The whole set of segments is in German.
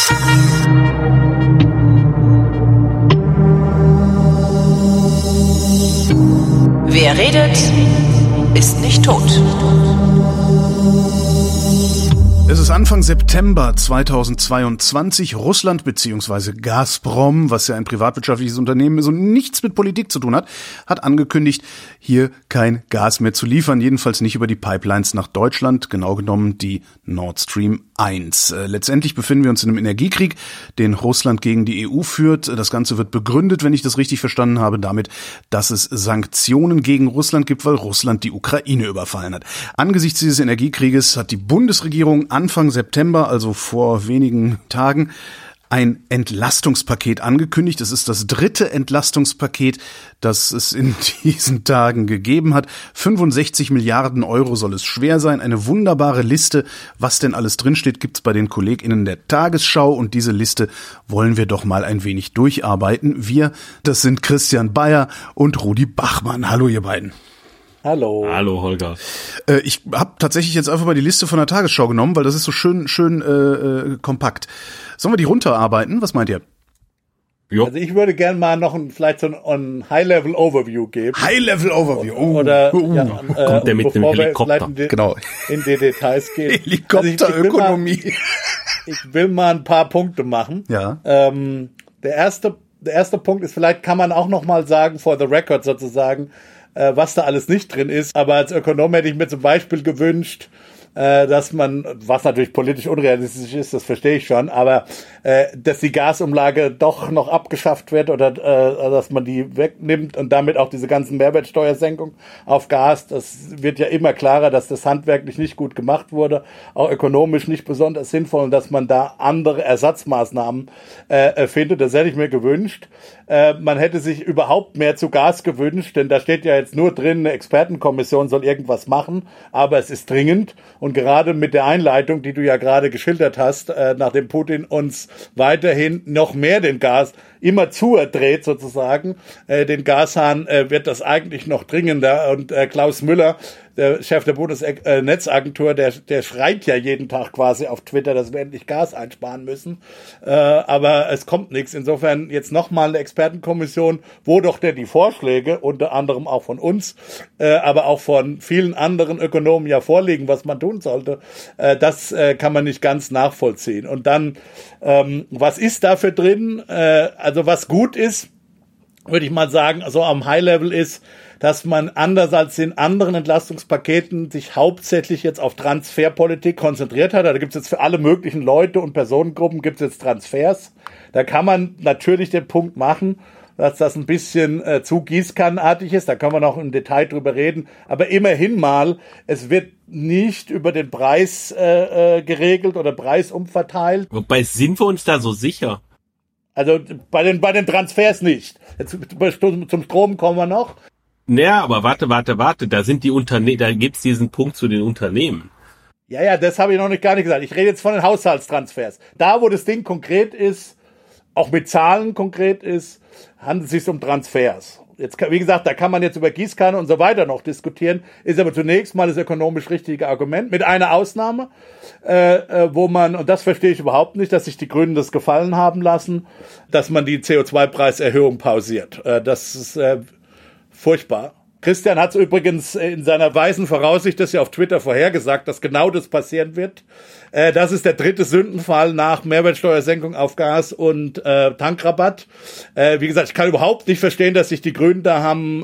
Wer redet, ist nicht tot. Es ist Anfang September 2022. Russland bzw. Gazprom, was ja ein privatwirtschaftliches Unternehmen ist und nichts mit Politik zu tun hat, hat angekündigt, hier kein Gas mehr zu liefern, jedenfalls nicht über die Pipelines nach Deutschland, genau genommen die Nord Stream 1. Letztendlich befinden wir uns in einem Energiekrieg, den Russland gegen die EU führt. Das Ganze wird begründet, wenn ich das richtig verstanden habe, damit, dass es Sanktionen gegen Russland gibt, weil Russland die Ukraine überfallen hat. Angesichts dieses Energiekrieges hat die Bundesregierung Anfang September, also vor wenigen Tagen, ein Entlastungspaket angekündigt. Es ist das 3. Entlastungspaket, das es in diesen Tagen gegeben hat. 65 Milliarden Euro soll es schwer sein. Eine wunderbare Liste, was denn alles drinsteht, gibt's bei den KollegInnen der Tagesschau. Und diese Liste wollen wir doch mal ein wenig durcharbeiten. Wir, das sind Christian Bayer und Rudi Bachmann. Hallo, ihr beiden. Hallo. Hallo, Holger. Ich habe tatsächlich jetzt einfach mal die Liste von der Tagesschau genommen, weil das ist so schön kompakt. Sollen wir die runterarbeiten? Was meint ihr? Jo. Also ich würde gerne mal noch vielleicht so ein High-Level-Overview geben. High-Level-Overview. Kommt der mit dem Helikopter? In die Details gehen. Helikopterökonomie. Ich will mal ein paar Punkte machen. Ja. Der erste Punkt ist, vielleicht kann man auch noch mal sagen, for the record sozusagen, was da alles nicht drin ist. Aber als Ökonom hätte ich mir zum Beispiel gewünscht, dass man, was natürlich politisch unrealistisch ist, das verstehe ich schon, aber dass die Gasumlage doch noch abgeschafft wird oder dass man die wegnimmt und damit auch diese ganzen Mehrwertsteuersenkungen auf Gas, das wird ja immer klarer, dass das handwerklich nicht gut gemacht wurde, auch ökonomisch nicht besonders sinnvoll und dass man da andere Ersatzmaßnahmen findet. Das hätte ich mir gewünscht. Man hätte sich überhaupt mehr zu Gas gewünscht, denn da steht ja jetzt nur drin, eine Expertenkommission soll irgendwas machen, aber es ist dringend. Und gerade mit der Einleitung, die du ja gerade geschildert hast, nachdem Putin uns weiterhin noch mehr den Gas immer zudreht sozusagen, den Gashahn, wird das eigentlich noch dringender. Und Klaus Müller, der Chef der Bundesnetzagentur, der schreit ja jeden Tag quasi auf Twitter, dass wir endlich Gas einsparen müssen. Aber es kommt nichts. Insofern jetzt nochmal eine Expertenkommission, wo doch denn die Vorschläge, unter anderem auch von uns, aber auch von vielen anderen Ökonomen ja vorliegen, was man tun sollte. Das kann man nicht ganz nachvollziehen. Und dann, was ist dafür drin? Also was gut ist, würde ich mal sagen, also am High-Level ist, dass man anders als in anderen Entlastungspaketen sich hauptsächlich jetzt auf Transferpolitik konzentriert hat. Da gibt es jetzt für alle möglichen Leute und Personengruppen gibt es jetzt Transfers. Da kann man natürlich den Punkt machen, dass das ein bisschen zu gießkannenartig ist. Da kann man auch im Detail drüber reden. Aber immerhin mal, es wird nicht über den Preis geregelt oder Preis umverteilt. Wobei sind wir uns da so sicher? Also bei den Transfers nicht. Jetzt, zum Strom kommen wir noch. Naja, aber warte. Da sind die Unternehmen, da gibt's diesen Punkt zu den Unternehmen. Ja, das habe ich noch gar nicht gesagt. Ich rede jetzt von den Haushaltstransfers. Da, wo das Ding konkret ist, auch mit Zahlen konkret ist, handelt es sich um Transfers. Jetzt, wie gesagt, da kann man jetzt über Gießkanne und so weiter noch diskutieren, ist aber zunächst mal das ökonomisch richtige Argument, mit einer Ausnahme, wo man, und das verstehe ich überhaupt nicht, dass sich die Grünen das gefallen haben lassen, dass man die CO2-Preiserhöhung pausiert. Das ist furchtbar. Christian hat es übrigens in seiner weisen Voraussicht, das ja auf Twitter vorhergesagt, dass genau das passieren wird. Das ist der 3. Sündenfall nach Mehrwertsteuersenkung auf Gas und Tankrabatt. Wie gesagt, ich kann überhaupt nicht verstehen, dass sich die Grünen das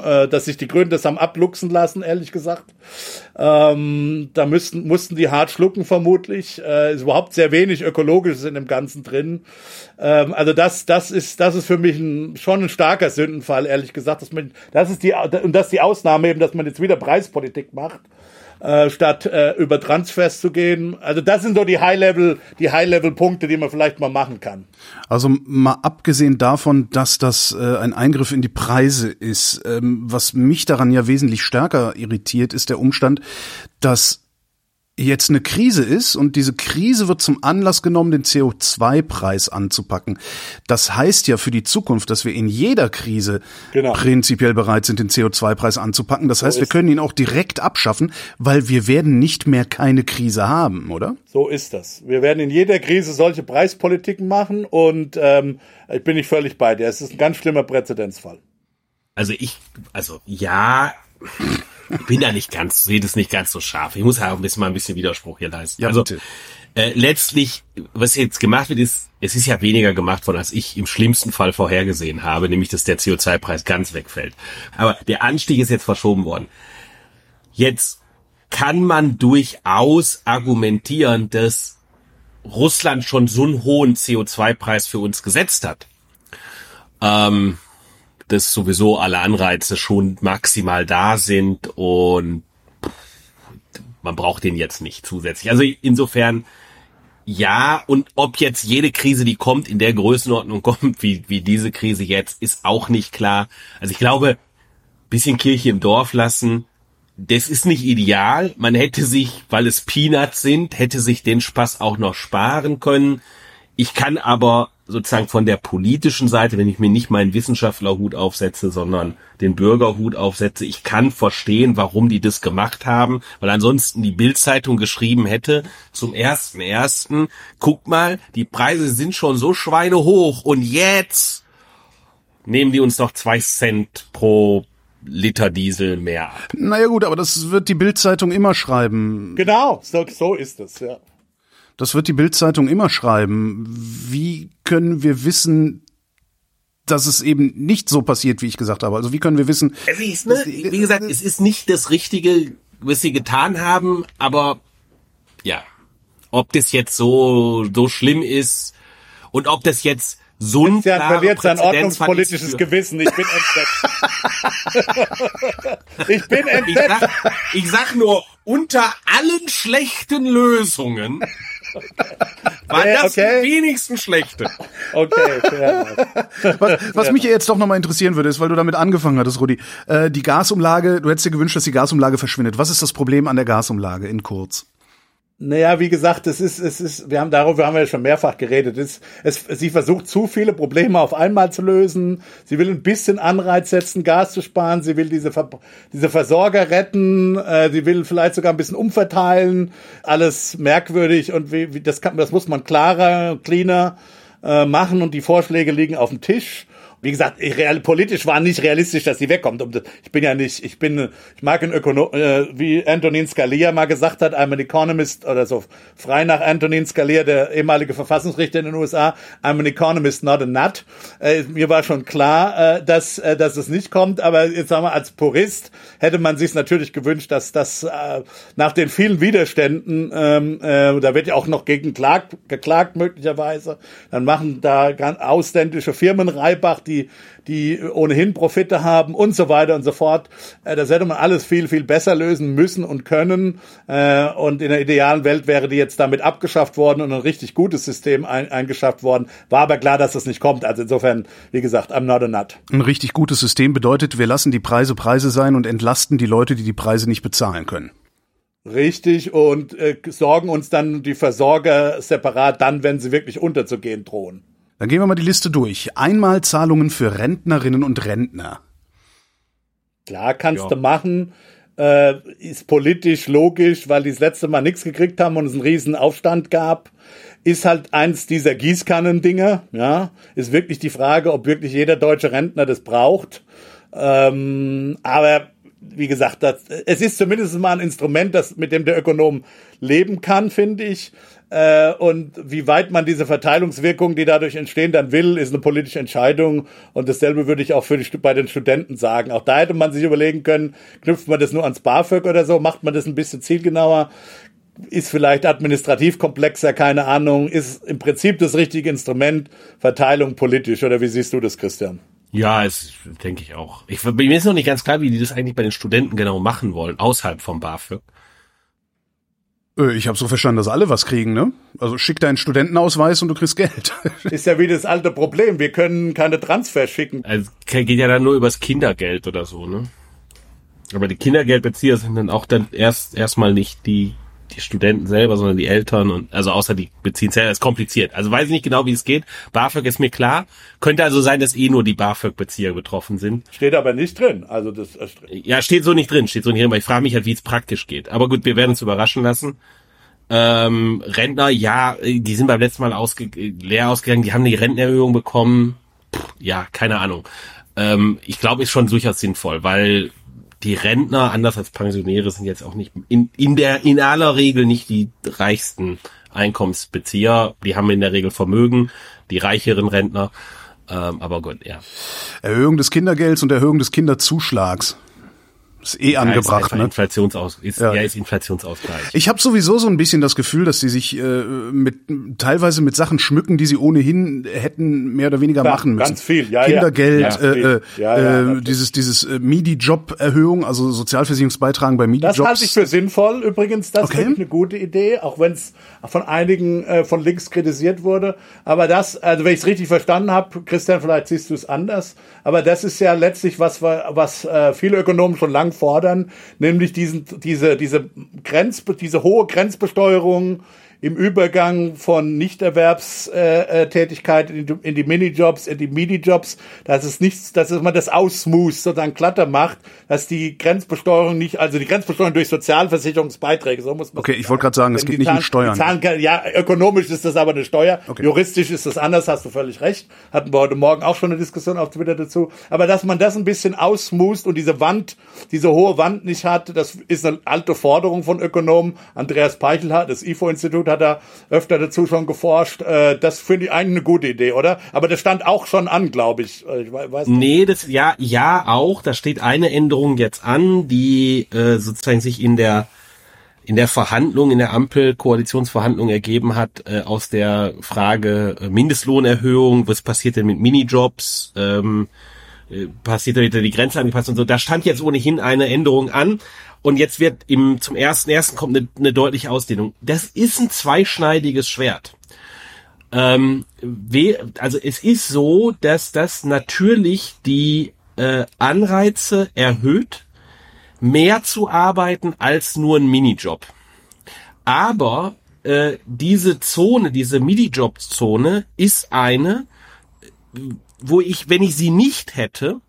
haben abluchsen lassen, ehrlich gesagt. Da mussten die hart schlucken vermutlich. Ist überhaupt sehr wenig Ökologisches in dem Ganzen drin. Also das ist für mich schon ein starker Sündenfall, ehrlich gesagt. Das ist die Ausnahme eben, dass man jetzt wieder Preispolitik macht, statt über Transfers zu gehen. Also das sind so die High-Level-Punkte, die man vielleicht mal machen kann. Also mal abgesehen davon, dass das ein Eingriff in die Preise ist, was mich daran ja wesentlich stärker irritiert, ist der Umstand, dass jetzt eine Krise ist und diese Krise wird zum Anlass genommen, den CO2-Preis anzupacken. Das heißt ja für die Zukunft, dass wir in jeder Krise prinzipiell bereit sind, den CO2-Preis anzupacken. Das heißt, wir können ihn auch direkt abschaffen, weil wir werden nicht mehr keine Krise haben, oder? So ist das. Wir werden in jeder Krise solche Preispolitiken machen und ich bin nicht völlig bei dir. Es ist ein ganz schlimmer Präzedenzfall. Ich bin da nicht ganz, sehe das nicht ganz so scharf. Ich muss ja auch mal ein bisschen Widerspruch hier leisten. Ja, bitte. Letztlich, was jetzt gemacht wird, es ist ja weniger gemacht worden, als ich im schlimmsten Fall vorhergesehen habe, nämlich, dass der CO2-Preis ganz wegfällt. Aber der Anstieg ist jetzt verschoben worden. Jetzt kann man durchaus argumentieren, dass Russland schon so einen hohen CO2-Preis für uns gesetzt hat. Dass sowieso alle Anreize schon maximal da sind und man braucht den jetzt nicht zusätzlich. Also insofern ja, und ob jetzt jede Krise, die kommt, in der Größenordnung kommt, wie diese Krise jetzt, ist auch nicht klar. Also ich glaube, bisschen Kirche im Dorf lassen, das ist nicht ideal. Man hätte sich, weil es Peanuts sind, hätte sich den Spaß auch noch sparen können. Ich kann aber sozusagen von der politischen Seite, wenn ich mir nicht meinen Wissenschaftlerhut aufsetze, sondern den Bürgerhut aufsetze, ich kann verstehen, warum die das gemacht haben, weil ansonsten die Bild-Zeitung geschrieben hätte, zum 1.1., guck mal, die Preise sind schon so schweinehoch und jetzt nehmen die uns noch 2 Cent pro Liter Diesel mehr ab. Naja gut, aber das wird die Bild-Zeitung immer schreiben. Genau, so ist es, ja. Das wird die Bild-Zeitung immer schreiben. Wie können wir wissen, dass es eben nicht so passiert, wie ich gesagt habe? Also wie können wir wissen... Wie gesagt, es ist nicht das Richtige, was sie getan haben, aber ja, ob das jetzt so schlimm ist und ob das jetzt so ein Christian verliert sein ordnungspolitisches Gewissen. Ich bin entsetzt. Ich sag nur, unter allen schlechten Lösungen war das die wenigsten schlechte. Okay, was mich jetzt doch nochmal interessieren würde, ist, weil du damit angefangen hattest, Rudi, die Gasumlage, du hättest dir gewünscht, dass die Gasumlage verschwindet. Was ist das Problem an der Gasumlage in kurz? Naja, wie gesagt, darüber haben wir ja schon mehrfach geredet. Sie versucht zu viele Probleme auf einmal zu lösen. Sie will ein bisschen Anreiz setzen, Gas zu sparen. Sie will diese Versorger retten. Sie will vielleicht sogar ein bisschen umverteilen. Alles merkwürdig und das muss man cleaner machen und die Vorschläge liegen auf dem Tisch. Wie gesagt, politisch war nicht realistisch, dass sie wegkommt. Ich mag einen Ökonom, wie Antonin Scalia mal gesagt hat, I'm an economist, oder so, frei nach Antonin Scalia, der ehemalige Verfassungsrichter in den USA, I'm an economist, not a nut. Mir war schon klar, dass es nicht kommt, aber jetzt sagen wir, als Purist hätte man sich natürlich gewünscht, dass das nach den vielen Widerständen, da wird ja auch noch gegen geklagt möglicherweise, dann machen da ganz ausländische Firmen Reibach, die ohnehin Profite haben und so weiter und so fort. Das hätte man alles viel, viel besser lösen müssen und können. Und in der idealen Welt wäre die jetzt damit abgeschafft worden und ein richtig gutes System eingeschafft worden. War aber klar, dass das nicht kommt. Also insofern, wie gesagt, I'm not a nut. Ein richtig gutes System bedeutet, wir lassen die Preise sein und entlasten die Leute, die Preise nicht bezahlen können. Richtig, und sorgen uns dann die Versorger separat dann, wenn sie wirklich unterzugehen drohen. Dann gehen wir mal die Liste durch. Einmalzahlungen für Rentnerinnen und Rentner. Klar, kannst du machen. Ist politisch logisch, weil die das letzte Mal nichts gekriegt haben und es einen riesen Aufstand gab. Ist halt eins dieser Gießkannen-Dinger. Ja, ist wirklich die Frage, ob wirklich jeder deutsche Rentner das braucht. Aber wie gesagt, es ist zumindest mal ein Instrument, mit dem der Ökonom leben kann, finde ich. Und wie weit man diese Verteilungswirkungen, die dadurch entstehen, dann will, ist eine politische Entscheidung. Und dasselbe würde ich auch bei den Studenten sagen. Auch da hätte man sich überlegen können, knüpft man das nur ans BAföG oder so, macht man das ein bisschen zielgenauer, ist vielleicht administrativ komplexer, keine Ahnung, ist im Prinzip das richtige Instrument, Verteilung politisch. Oder wie siehst du das, Christian? Ja, denke ich auch. Mir ist noch nicht ganz klar, wie die das eigentlich bei den Studenten genau machen wollen, außerhalb vom BAföG. Ich habe so verstanden, dass alle was kriegen, ne? Also schick deinen Studentenausweis und du kriegst Geld. Ist ja wie das alte Problem, wir können keine Transfers schicken. Also geht ja dann nur übers Kindergeld oder so, ne? Aber die Kindergeldbezieher sind dann auch erstmal nicht die die Studenten selber, sondern die Eltern und also außer die beziehen selber, ist kompliziert. Also weiß ich nicht genau, wie es geht. BAföG ist mir klar. Könnte also sein, dass nur die BAföG-Bezieher betroffen sind. Steht aber nicht drin. Also das ja, steht so nicht drin, aber ich frage mich halt, wie es praktisch geht. Aber gut, wir werden uns überraschen lassen. Rentner, ja, die sind beim letzten Mal leer ausgegangen, die haben die Rentenerhöhung bekommen. Ja, keine Ahnung. Ich glaube, ist schon durchaus sinnvoll, weil die Rentner, anders als Pensionäre, sind jetzt auch nicht in aller Regel nicht die reichsten Einkommensbezieher. Die haben in der Regel Vermögen, die reicheren Rentner. Aber gut, ja. Erhöhung des Kindergelds und Erhöhung des Kinderzuschlags. Ist angebracht, ne? Ist Inflationsausgleich. Ich habe sowieso so ein bisschen das Gefühl, dass sie sich teilweise mit Sachen schmücken, die sie ohnehin hätten mehr oder weniger machen müssen. Ganz viel, ja. Kindergeld, dieses MIDI-Job-Erhöhung, also Sozialversicherungsbeitragen bei MIDI-Jobs. Das halte ich für sinnvoll übrigens. Das ist eine gute Idee, auch wenn es von einigen von links kritisiert wurde. Aber das, also wenn ich es richtig verstanden habe, Christian, vielleicht siehst du es anders, aber das ist ja letztlich was viele Ökonomen schon lange fordern, nämlich diese hohe Grenzbesteuerung im Übergang von Nichterwerbstätigkeit in die Minijobs, in die MIDI-Jobs, dass man das aussmooth, sozusagen glatter macht, dass die Grenzbesteuerung nicht, also die Grenzbesteuerung durch Sozialversicherungsbeiträge, so muss man Okay, ich wollte gerade sagen, es geht nicht um Steuern. Ja, ökonomisch ist das aber eine Steuer, okay. Juristisch ist das anders, hast du völlig recht. Hatten wir heute Morgen auch schon eine Diskussion auf Twitter dazu. Aber dass man das ein bisschen aussmooth und diese hohe Wand nicht hat, das ist eine alte Forderung von Ökonomen. Andreas Peichelhardt, das IFO-Institut, hat da öfter dazu schon geforscht. Das finde ich eigentlich eine gute Idee, oder? Aber das stand auch schon an, glaube ich. Ich weiß nicht. Nee, ja auch. Da steht eine Änderung jetzt an, die sozusagen sich in der Verhandlung, in der Ampel-Koalitionsverhandlung ergeben hat, aus der Frage Mindestlohnerhöhung, was passiert denn mit Minijobs, passiert da wieder die Grenze angepasst und so. Da stand jetzt ohnehin eine Änderung an. Und jetzt wird zum 1.1. kommt eine deutliche Ausdehnung. Das ist ein zweischneidiges Schwert. Also es ist so, dass das natürlich die Anreize erhöht, mehr zu arbeiten als nur ein Minijob. Aber diese Minijob-Zone ist eine, wo wenn ich sie nicht hätte,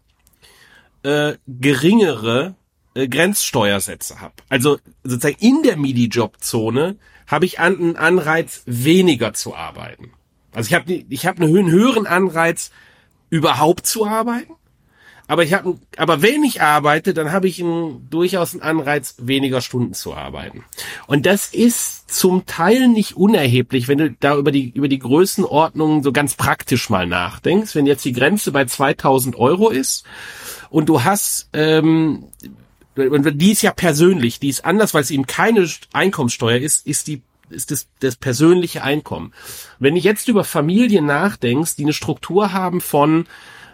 geringere Grenzsteuersätze habe. Also sozusagen in der MIDI-Job-Zone habe ich einen Anreiz, weniger zu arbeiten. Also ich habe einen höheren Anreiz, überhaupt zu arbeiten. Aber wenn ich arbeite, dann habe ich durchaus einen Anreiz, weniger Stunden zu arbeiten. Und das ist zum Teil nicht unerheblich, wenn du da über die Größenordnung so ganz praktisch mal nachdenkst. Wenn jetzt die Grenze bei 2.000 € ist und du hast die ist ja persönlich, die ist anders, weil es eben keine Einkommenssteuer ist das persönliche Einkommen. Wenn du jetzt über Familien nachdenkst, die eine Struktur haben von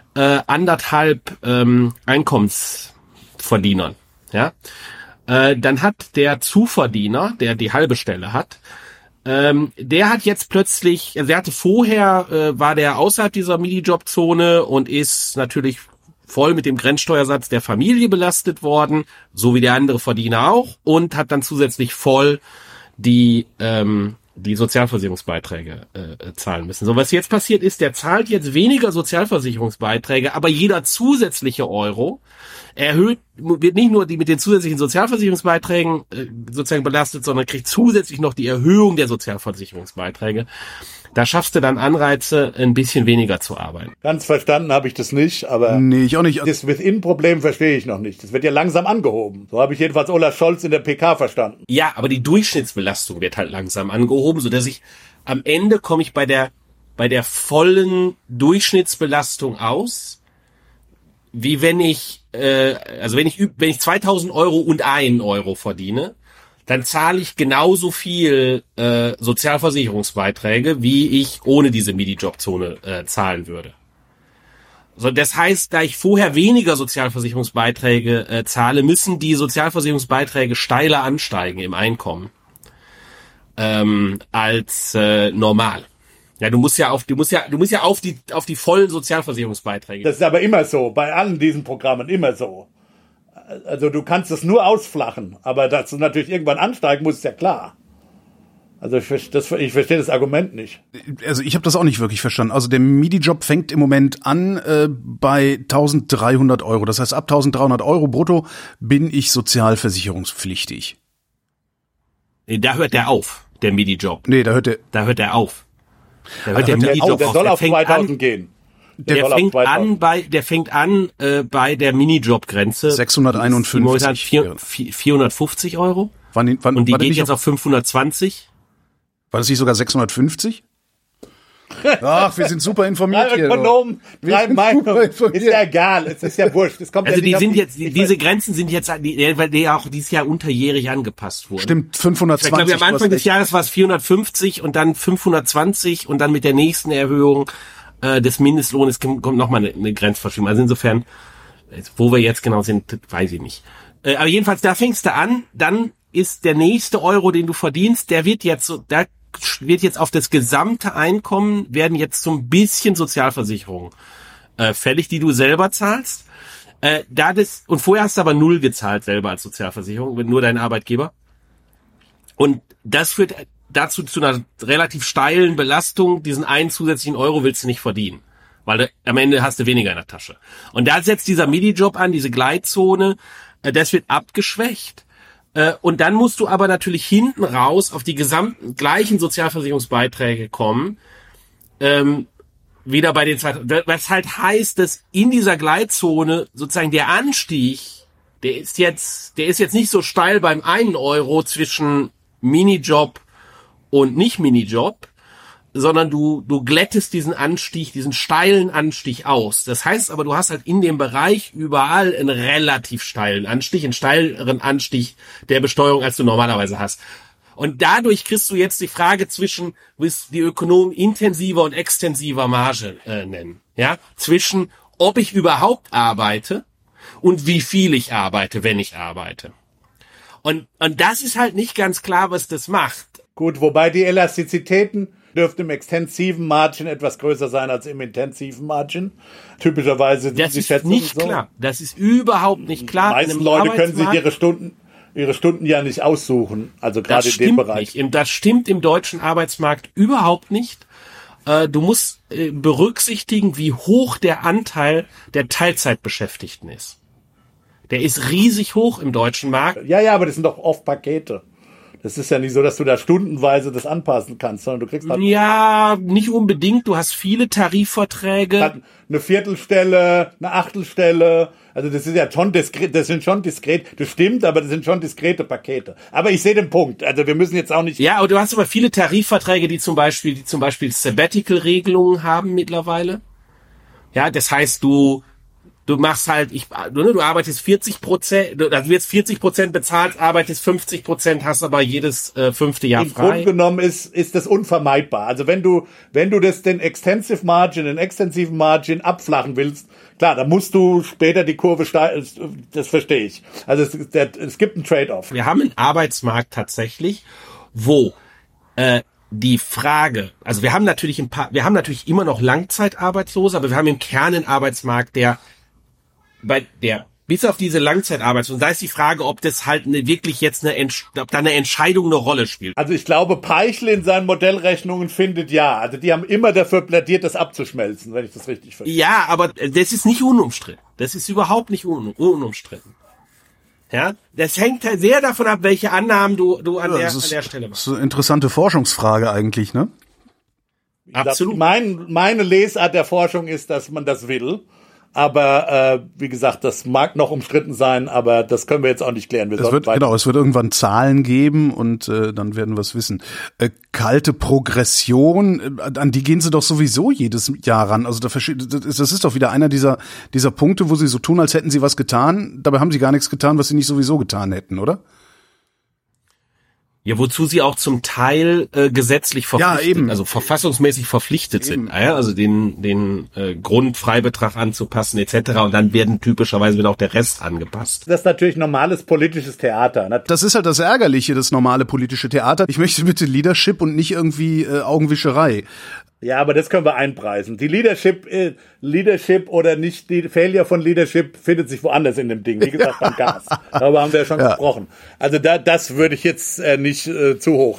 1,5 Einkommensverdienern, ja, dann hat der Zuverdiener, der die halbe Stelle hat, der hat jetzt plötzlich, also er hatte vorher, war der außerhalb dieser Minijob-Zone und ist natürlich voll mit dem Grenzsteuersatz der Familie belastet worden, so wie der andere Verdiener auch, und hat dann zusätzlich voll die Sozialversicherungsbeiträge zahlen müssen. So, was jetzt passiert ist, der zahlt jetzt weniger Sozialversicherungsbeiträge, aber jeder zusätzliche Euro wird nicht nur die mit den zusätzlichen Sozialversicherungsbeiträgen sozusagen belastet, sondern kriegt zusätzlich noch die Erhöhung der Sozialversicherungsbeiträge. Da schaffst du dann Anreize, ein bisschen weniger zu arbeiten. Ganz verstanden habe ich das nicht, aber nee, ich auch nicht. Das Within-Problem verstehe ich noch nicht. Das wird ja langsam angehoben. So habe ich jedenfalls Olaf Scholz in der PK verstanden. Ja, aber die Durchschnittsbelastung wird halt langsam angehoben, sodass ich am Ende komme ich bei der vollen Durchschnittsbelastung aus, wie wenn ich wenn ich 2.000 € und 1 Euro verdiene, dann zahle ich genauso viel Sozialversicherungsbeiträge, wie ich ohne diese MIDI-Job-Zone zahlen würde. So, das heißt, da ich vorher weniger Sozialversicherungsbeiträge zahle, müssen die Sozialversicherungsbeiträge steiler ansteigen im Einkommen als normal. Ja, du musst ja auf die vollen Sozialversicherungsbeiträge. Das ist aber immer so, bei allen diesen Programmen immer so. Also du kannst es nur ausflachen, aber dass du natürlich irgendwann ansteigen musst, ist ja klar. Also ich verstehe das Argument nicht. Also ich habe das auch nicht wirklich verstanden. Also der Midi-Job fängt im Moment an bei 1.300 Euro. Das heißt, ab 1.300 Euro brutto bin ich sozialversicherungspflichtig. Nee, da hört der auf, der Midi-Job. Nee, da hört der auf. Da hört der Midi-Job auf. soll auf fängt 2000 an, gehen. Der fängt an bei der Minijob-Grenze. 651. 450 Euro. Und die geht jetzt auf 520. War das nicht sogar 650? Ach, wir sind super informiert hier. Ökonomen, ist ja egal, es ist ja wurscht. Es kommt also ja diese Grenzen sind jetzt, weil die auch dieses Jahr unterjährig angepasst wurden. Stimmt, 520. Ich glaube, am Anfang des Jahres war es 450 und dann 520 und dann mit der nächsten Erhöhung des Mindestlohnes kommt nochmal eine Grenzverschiebung. Also insofern, wo wir jetzt genau sind, weiß ich nicht. Aber jedenfalls, da fängst du an, dann ist der nächste Euro, den du verdienst, der wird jetzt auf das gesamte Einkommen, werden jetzt so ein bisschen Sozialversicherung fällig, die du selber zahlst. Und vorher hast du aber 0 gezahlt selber als Sozialversicherung, nur dein Arbeitgeber. Und das führt dazu zu einer relativ steilen Belastung. Diesen einen zusätzlichen Euro willst du nicht verdienen, weil am Ende hast du weniger in der Tasche. Und da setzt dieser Midi-Job an, diese Gleitzone, das wird abgeschwächt. Und dann musst du aber natürlich hinten raus auf die gesamten gleichen Sozialversicherungsbeiträge kommen, wieder bei den zwei, was halt heißt, dass in dieser Gleitzone sozusagen der Anstieg, der ist jetzt nicht so steil beim 1 Euro zwischen Minijob und nicht Minijob, sondern du glättest diesen Anstieg, diesen steilen Anstieg aus. Das heißt aber, du hast halt in dem Bereich überall einen relativ steilen Anstieg, einen steileren Anstieg der Besteuerung, als du normalerweise hast. Und dadurch kriegst du jetzt die Frage zwischen, wie die Ökonomen intensiver und extensiver Marge nennen. Ja, zwischen, ob ich überhaupt arbeite und wie viel ich arbeite, wenn ich arbeite. Und das ist halt nicht ganz klar, was das macht. Gut, wobei die Elastizitäten dürften im extensiven Margin etwas größer sein als im intensiven Margin. Typischerweise das ist nicht so klar. Das ist überhaupt nicht klar. Die meisten Leute können sich ihre Stunden ja nicht aussuchen. Also gerade in dem Bereich. Das stimmt im deutschen Arbeitsmarkt überhaupt nicht. Du musst berücksichtigen, wie hoch der Anteil der Teilzeitbeschäftigten ist. Der ist riesig hoch im deutschen Markt. Ja, aber das sind doch oft Pakete. Das ist ja nicht so, dass du da stundenweise das anpassen kannst, sondern du kriegst halt... Ja, nicht unbedingt. Du hast viele Tarifverträge. Eine Viertelstelle, eine Achtelstelle. Also das ist ja schon diskret, das sind schon diskret. Das stimmt, aber das sind schon diskrete Pakete. Aber ich sehe den Punkt. Also wir müssen jetzt auch nicht... Ja, aber du hast aber viele Tarifverträge, die zum Beispiel Sabbatical-Regelungen haben mittlerweile. Ja, das heißt, du machst halt, du arbeitest 40%, also wirst 40% bezahlt, arbeitest 50%, hast aber jedes 5. Jahr frei. Im Grunde genommen ist das unvermeidbar. Also wenn du den extensiven Margin abflachen willst, klar, dann musst du später die Kurve steigen, das verstehe ich. Also es gibt einen Trade-off. Wir haben einen Arbeitsmarkt tatsächlich, wo die Frage, also wir haben natürlich immer noch Langzeitarbeitslose, aber wir haben im Kern einen Arbeitsmarkt, bis auf diese Langzeitarbeitslosen, da ist die Frage, ob das halt wirklich jetzt ob da eine Entscheidung eine Rolle spielt. Also ich glaube, Peichl in seinen Modellrechnungen findet ja. Also die haben immer dafür plädiert, das abzuschmelzen, wenn ich das richtig verstehe. Ja, aber das ist nicht unumstritten. Das ist überhaupt nicht unumstritten. Ja, das hängt halt sehr davon ab, welche Annahmen du an der Stelle machst. Das ist eine interessante Forschungsfrage eigentlich, ne? Absolut. Meine Lesart der Forschung ist, dass man das will. Aber wie gesagt, das mag noch umstritten sein, aber das können wir jetzt auch nicht klären. Es wird irgendwann Zahlen geben und dann werden wir es wissen. Kalte Progression, an die gehen sie doch sowieso jedes Jahr ran. Also das ist doch wieder einer dieser Punkte, wo sie so tun, als hätten sie was getan. Dabei haben sie gar nichts getan, was sie nicht sowieso getan hätten, oder? Ja, wozu sie auch zum Teil gesetzlich verpflichtet, also verfassungsmäßig verpflichtet sind, also den Grundfreibetrag anzupassen etc. Und dann wird auch der Rest angepasst. Das ist natürlich normales politisches Theater. Das ist halt das Ärgerliche, das normale politische Theater. Ich möchte bitte Leadership und nicht irgendwie Augenwischerei. Ja, aber das können wir einpreisen. Die Leadership oder nicht die Failure von Leadership findet sich woanders in dem Ding. Wie gesagt, beim Gas. Darüber haben wir ja schon gesprochen. Also das würde ich jetzt nicht zu hoch hängen.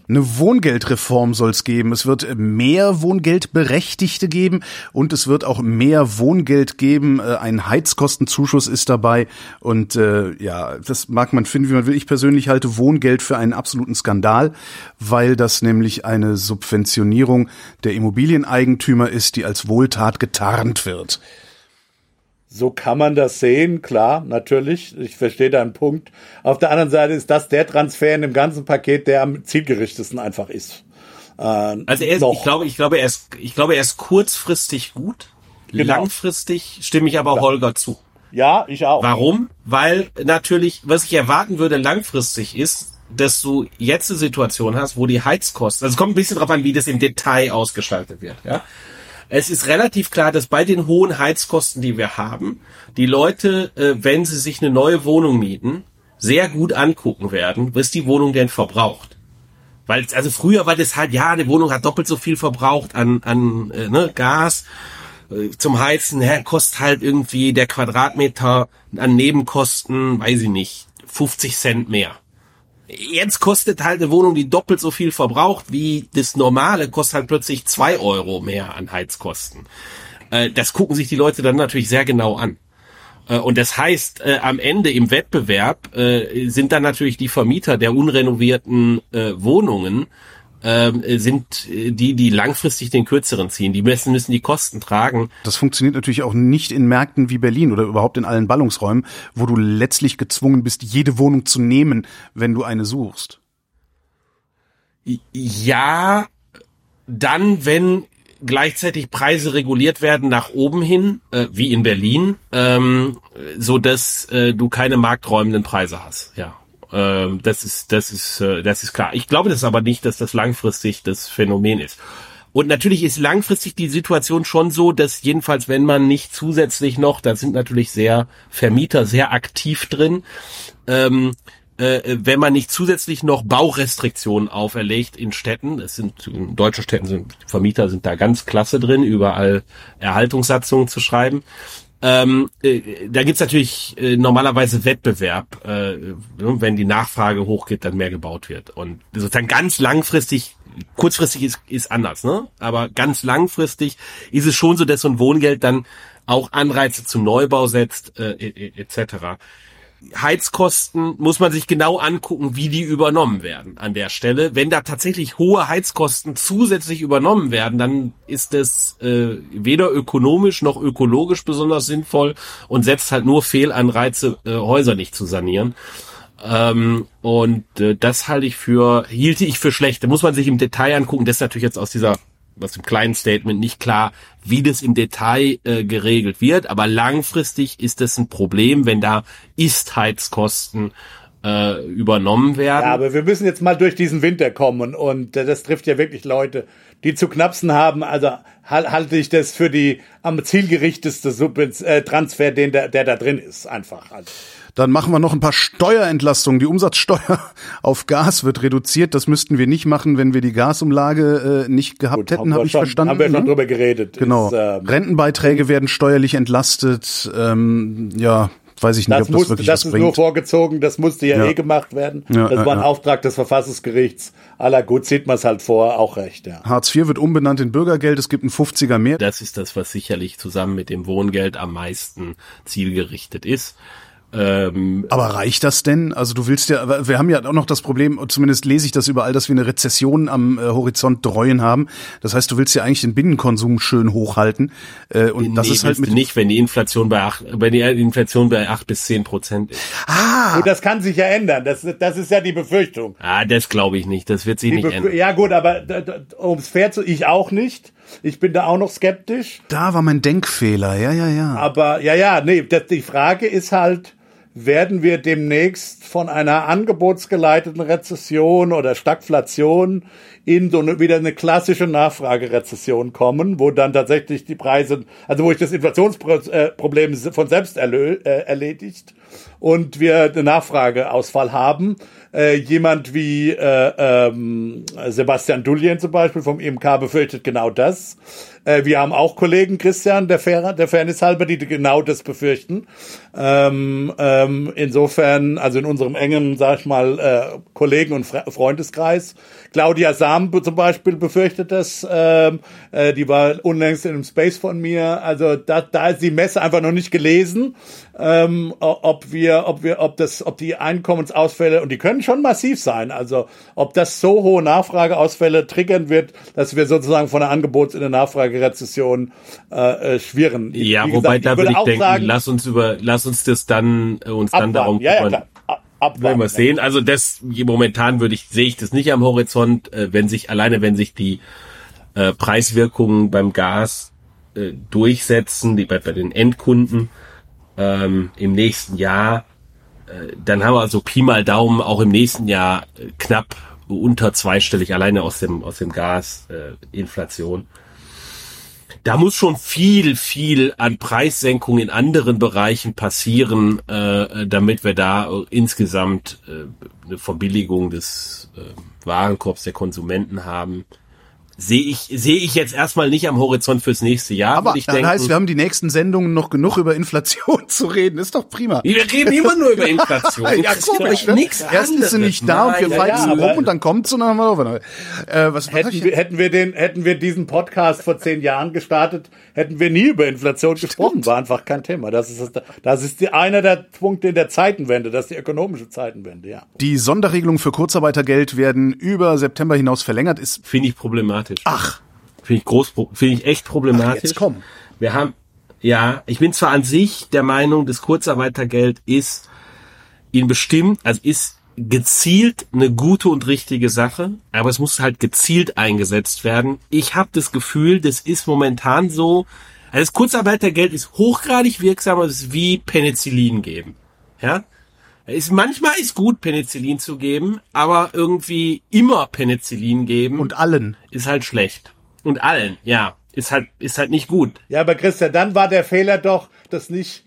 Eine Wohngeldreform soll es geben. Es wird mehr Wohngeldberechtigte geben und es wird auch mehr Wohngeld geben. Ein Heizkostenzuschuss ist dabei. Und das mag man finden, wie man will. Ich persönlich halte Wohngeld für einen absoluten Skandal, weil das nämlich eine Subventionierung der Immobilieneigentümer ist, die als Wohltat getarnt wird. So kann man das sehen, klar, natürlich. Ich verstehe deinen Punkt. Auf der anderen Seite ist das der Transfer in dem ganzen Paket, der am zielgerichtesten einfach ist. Ich glaube, er ist kurzfristig gut. Genau. Langfristig stimme ich aber Holger zu. Ja, ich auch. Warum? Weil natürlich, was ich erwarten würde langfristig ist, dass du jetzt eine Situation hast, wo die Heizkosten, also es kommt ein bisschen drauf an, wie das im Detail ausgestaltet wird, ja. Es ist relativ klar, dass bei den hohen Heizkosten, die wir haben, die Leute, wenn sie sich eine neue Wohnung mieten, sehr gut angucken werden, was die Wohnung denn verbraucht. Weil, also früher war das halt, ja, die Wohnung hat doppelt so viel verbraucht an Gas zum Heizen, kostet halt irgendwie der Quadratmeter an Nebenkosten, weiß ich nicht, 50 Cent mehr. Jetzt kostet halt eine Wohnung, die doppelt so viel verbraucht wie das normale, kostet halt plötzlich 2 Euro mehr an Heizkosten. Das gucken sich die Leute dann natürlich sehr genau an. Und das heißt, am Ende im Wettbewerb sind dann natürlich die Vermieter der unrenovierten Wohnungen sind die langfristig den kürzeren ziehen. Die müssen die Kosten tragen. Das funktioniert natürlich auch nicht in Märkten wie Berlin oder überhaupt in allen Ballungsräumen, wo du letztlich gezwungen bist, jede Wohnung zu nehmen, wenn du eine suchst. Ja, dann, wenn gleichzeitig Preise reguliert werden nach oben hin, wie in Berlin, so dass du keine markträumenden Preise hast, ja. Das ist klar. Ich glaube das aber nicht, dass das langfristig das Phänomen ist. Und natürlich ist langfristig die Situation schon so, dass jedenfalls, wenn man nicht zusätzlich noch, da sind natürlich Vermieter sehr aktiv drin, wenn man nicht zusätzlich noch Baurestriktionen auferlegt in Städten, in deutschen Städten Vermieter sind da ganz klasse drin, überall Erhaltungssatzungen zu schreiben. Da gibt's natürlich normalerweise Wettbewerb, wenn die Nachfrage hochgeht, dann mehr gebaut wird. Und sozusagen ganz langfristig, kurzfristig ist anders, ne? Aber ganz langfristig ist es schon so, dass so ein Wohngeld dann auch Anreize zum Neubau setzt, etc. Heizkosten muss man sich genau angucken, wie die übernommen werden an der Stelle. Wenn da tatsächlich hohe Heizkosten zusätzlich übernommen werden, dann ist das weder ökonomisch noch ökologisch besonders sinnvoll und setzt halt nur Fehlanreize, Häuser nicht zu sanieren. Das hielte ich für schlecht. Da muss man sich im Detail angucken. Das ist natürlich jetzt aus dem kleinen Statement nicht klar, wie das im Detail geregelt wird, aber langfristig ist das ein Problem, wenn da Ist-Heizkosten übernommen werden. Ja, aber wir müssen jetzt mal durch diesen Winter kommen und das trifft ja wirklich Leute, die zu knapsen haben. Also halte ich das für die am zielgerichteste Transfer, der da drin ist, einfach. Also. Dann machen wir noch ein paar Steuerentlastungen. Die Umsatzsteuer auf Gas wird reduziert. Das müssten wir nicht machen, wenn wir die Gasumlage nicht gehabt hätten, habe ich verstanden. Haben wir schon drüber geredet. Genau. Rentenbeiträge werden steuerlich entlastet. Weiß ich nicht, ob das wirklich was bringt. Das ist nur vorgezogen, das musste ja gemacht werden. Das war ein Auftrag des Verfassungsgerichts. Aller gut, sieht man es halt vor, auch recht, ja. Hartz IV wird umbenannt in Bürgergeld, es gibt einen 50er mehr. Das ist das, was sicherlich zusammen mit dem Wohngeld am meisten zielgerichtet ist. Aber reicht das denn? Also du willst ja, wir haben ja auch noch das Problem, zumindest lese ich das überall, dass wir eine Rezession am Horizont dreuen haben. Das heißt, du willst ja eigentlich den Binnenkonsum schön hochhalten. Und das ist halt nicht, wenn die Inflation bei 8-10% ist. Gut, das kann sich ja ändern. Das ist ja die Befürchtung. Das glaube ich nicht. Das wird sich nicht ändern. Ja gut, aber ums fair zu, ich auch nicht. Ich bin da auch noch skeptisch. Da war mein Denkfehler, ja. Aber die Frage ist halt, werden wir demnächst von einer angebotsgeleiteten Rezession oder Stagflation in wieder eine klassische Nachfragerezession kommen, wo dann tatsächlich die Preise, also wo sich das Inflationsproblem von selbst erledigt und wir einen Nachfrageausfall haben. Jemand wie Sebastian Dullien zum Beispiel vom IMK befürchtet genau das. Wir haben auch Kollegen, Christian, der Fairness halber, die genau das befürchten. Insofern, also in unserem engen, sag ich mal, Kollegen- und Freundeskreis. Claudia Sam zum Beispiel befürchtet das. Die war unlängst in einem Space von mir. Also da ist die Messe einfach noch nicht gelesen. Ob die Einkommensausfälle, und die können schon massiv sein, also ob das so hohe Nachfrageausfälle triggern wird, dass wir sozusagen von einer Angebots- in eine Nachfragerezession schwirren. Ja, wobei da würde ich denken, sagen, lass uns das dann darum kümmern. Wenn wir es sehen. Also momentan sehe ich das nicht am Horizont, wenn sich die Preiswirkungen beim Gas durchsetzen, bei den Endkunden im nächsten Jahr, dann haben wir also Pi mal Daumen auch im nächsten Jahr knapp unter zweistellig alleine aus dem Gas Inflation. Da muss schon viel an Preissenkung in anderen Bereichen passieren, damit wir da insgesamt eine Verbilligung des Warenkorbs der Konsumenten haben. Sehe ich jetzt erstmal nicht am Horizont fürs nächste Jahr. Aber das heißt, wir haben die nächsten Sendungen noch genug über Inflation zu reden. Ist doch prima. Wir reden immer nur über Inflation. Ja, komisch, ne? Erst ist sie nicht da und wir feizen rum und dann kommt's und dann haben wir hätten wir diesen Podcast vor 10 Jahren gestartet, hätten wir nie über Inflation gesprochen. War einfach kein Thema. Das ist einer der Punkte in der Zeitenwende. Das ist die ökonomische Zeitenwende, ja. Die Sonderregelungen für Kurzarbeitergeld werden über September hinaus verlängert. Finde ich problematisch. Ach. Finde ich echt problematisch. Ach, jetzt komm. Ich bin zwar an sich der Meinung, das Kurzarbeitergeld ist gezielt eine gute und richtige Sache, aber es muss halt gezielt eingesetzt werden. Ich habe das Gefühl, das ist momentan so, also das Kurzarbeitergeld ist hochgradig wirksam, es ist wie Penicillin geben. Ja? Manchmal ist gut, Penicillin zu geben, aber irgendwie immer Penicillin geben. Und allen. Ist halt schlecht. Und allen, ja. Ist halt nicht gut. Ja, aber Christian, dann war der Fehler doch, das nicht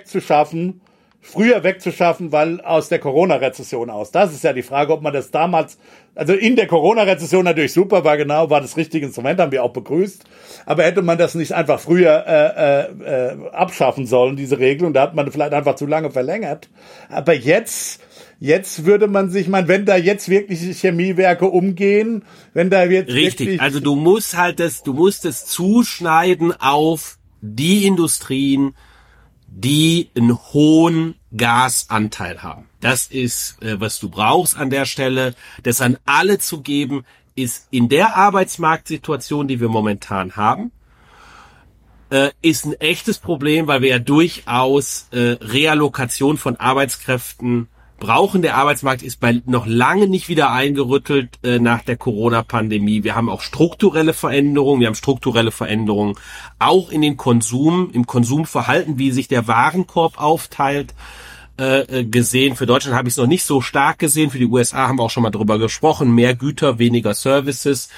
früher wegzuschaffen, weil aus der Corona-Rezession aus. Das ist ja die Frage, ob man das damals, also in der Corona-Rezession natürlich super war das richtige Instrument, haben wir auch begrüßt. Aber hätte man das nicht einfach früher abschaffen sollen, diese Regelung, da hat man vielleicht einfach zu lange verlängert. Aber jetzt würde man sich, wenn da jetzt wirklich die Chemiewerke umgehen, wenn da jetzt richtig, also du musst es zuschneiden auf die Industrien, die einen hohen Gasanteil haben. Das ist, was du brauchst an der Stelle. Das an alle zu geben, ist in der Arbeitsmarktsituation, die wir momentan haben, ist ein echtes Problem, weil wir ja durchaus Reallokation von Arbeitskräften brauchen. Der Arbeitsmarkt ist noch lange nicht wieder eingerüttelt nach der Corona-Pandemie. Wir haben auch strukturelle Veränderungen. Wir haben strukturelle Veränderungen auch im Konsumverhalten, wie sich der Warenkorb aufteilt, gesehen. Für Deutschland habe ich es noch nicht so stark gesehen. Für die USA haben wir auch schon mal drüber gesprochen. Mehr Güter, weniger Services.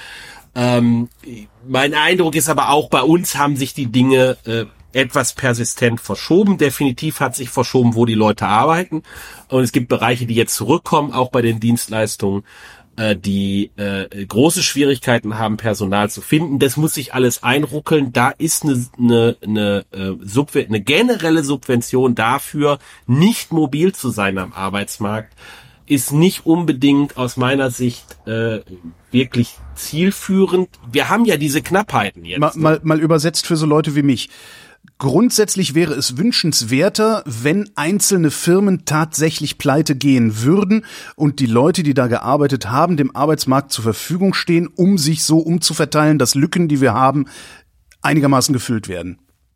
Mein Eindruck ist aber auch, bei uns haben sich die Dinge etwas persistent verschoben. Definitiv hat sich verschoben, wo die Leute arbeiten. Und es gibt Bereiche, die jetzt zurückkommen, auch bei den Dienstleistungen, die große Schwierigkeiten haben, Personal zu finden. Das muss sich alles einruckeln. Da ist eine generelle Subvention dafür, nicht mobil zu sein am Arbeitsmarkt, ist nicht unbedingt aus meiner Sicht wirklich zielführend. Wir haben ja diese Knappheiten jetzt. Mal übersetzt für so Leute wie mich. Grundsätzlich wäre es wünschenswerter, wenn einzelne Firmen tatsächlich pleite gehen würden und die Leute, die da gearbeitet haben, dem Arbeitsmarkt zur Verfügung stehen, um sich so umzuverteilen, dass Lücken, die wir haben, einigermaßen gefüllt werden.